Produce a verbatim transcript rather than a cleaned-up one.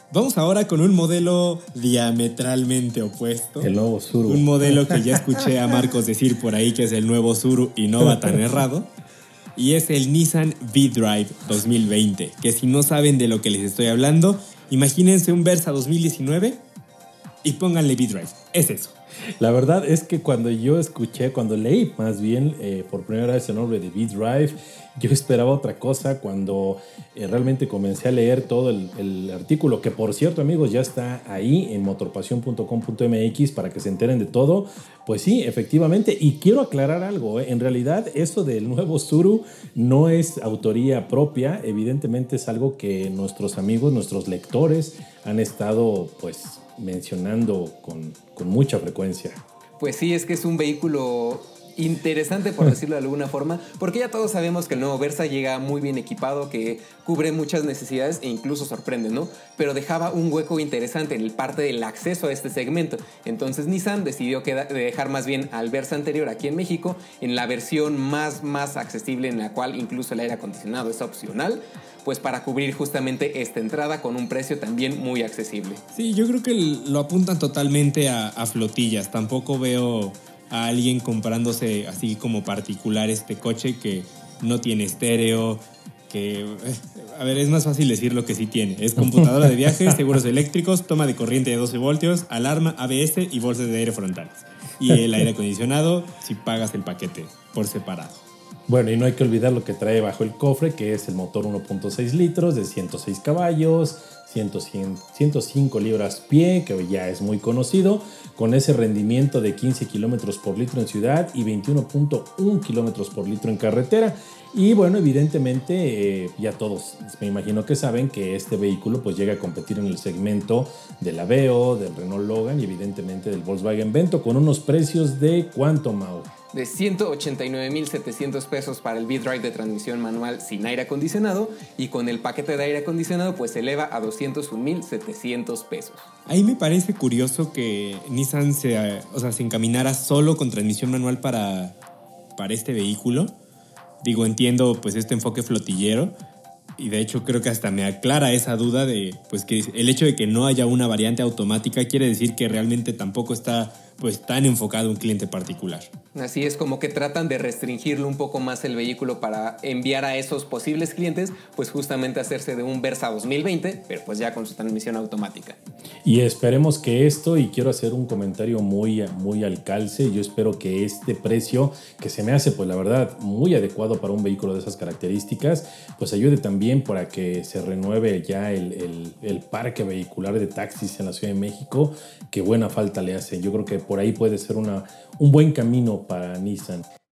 Vamos ahora con un modelo diametralmente opuesto. El nuevo Tsuru. Un modelo que ya escuché a Marcos decir por ahí que es el nuevo Tsuru y no va tan errado. Y es el Nissan V-Drive dos mil veinte, que si no saben de lo que les estoy hablando, imagínense un Versa dos mil diecinueve y pónganle V-Drive. Es eso. La verdad es que cuando yo escuché, cuando leí más bien eh, por primera vez el nombre de V-Drive, yo esperaba otra cosa. Cuando eh, realmente comencé a leer todo el, el artículo, que por cierto, amigos, ya está ahí en motorpasión punto com punto m x para que se enteren de todo. Pues sí, efectivamente, y quiero aclarar algo, ¿eh? En realidad eso del nuevo Tsuru no es autoría propia, evidentemente es algo que nuestros amigos, nuestros lectores han estado pues mencionando con, con mucha frecuencia. Pues sí, es que es un vehículo interesante, por decirlo de alguna forma, porque ya todos sabemos que el nuevo Versa llega muy bien equipado, que cubre muchas necesidades e incluso sorprende, ¿no? Pero dejaba un hueco interesante en el parte del acceso a este segmento. Entonces Nissan decidió queda- dejar más bien al Versa anterior aquí en México en la versión más, más accesible, en la cual incluso el aire acondicionado es opcional, pues para cubrir justamente esta entrada con un precio también muy accesible. Sí, yo creo que lo apuntan totalmente a, a flotillas. Tampoco veo a alguien comprándose así como particular este coche que no tiene estéreo, que... A ver, es más fácil decir lo que sí tiene. Es computadora de viaje, seguros eléctricos, toma de corriente de doce voltios, alarma, A B S y bolsas de aire frontales. Y el aire acondicionado si pagas el paquete por separado. Bueno, y no hay que olvidar lo que trae bajo el cofre, que es el motor uno punto seis litros de ciento seis caballos, ciento cinco libras pie, que ya es muy conocido, con ese rendimiento de quince kilómetros por litro en ciudad y veintiuno punto uno kilómetros por litro en carretera. Y bueno, evidentemente eh, ya todos me imagino que saben que este vehículo pues llega a competir en el segmento del Aveo, del Renault Logan y evidentemente del Volkswagen Vento, con unos precios de ¿cuánto, Mau? De ciento ochenta y nueve mil setecientos pesos para el V-Drive de transmisión manual sin aire acondicionado, y con el paquete de aire acondicionado pues se eleva a doscientos un mil setecientos pesos. Ahí me parece curioso que Nissan se, o sea, se encaminara solo con transmisión manual para, para este vehículo. Digo, entiendo pues este enfoque flotillero, y de hecho creo que hasta me aclara esa duda de pues que el hecho de que no haya una variante automática quiere decir que realmente tampoco está pues tan enfocado a un cliente particular. Así es, como que tratan de restringirlo un poco más el vehículo para enviar a esos posibles clientes pues justamente hacerse de un Versa dos mil veinte, pero pues ya con su transmisión automática. Y esperemos que esto, y quiero hacer un comentario muy, muy al calce, yo espero que este precio, que se me hace pues la verdad muy adecuado para un vehículo de esas características, pues ayude también para que se renueve ya el, el, el parque vehicular de taxis en la Ciudad de México, que buena falta le hace. Yo creo que por ahí puede ser una, un buen camino para Nissan.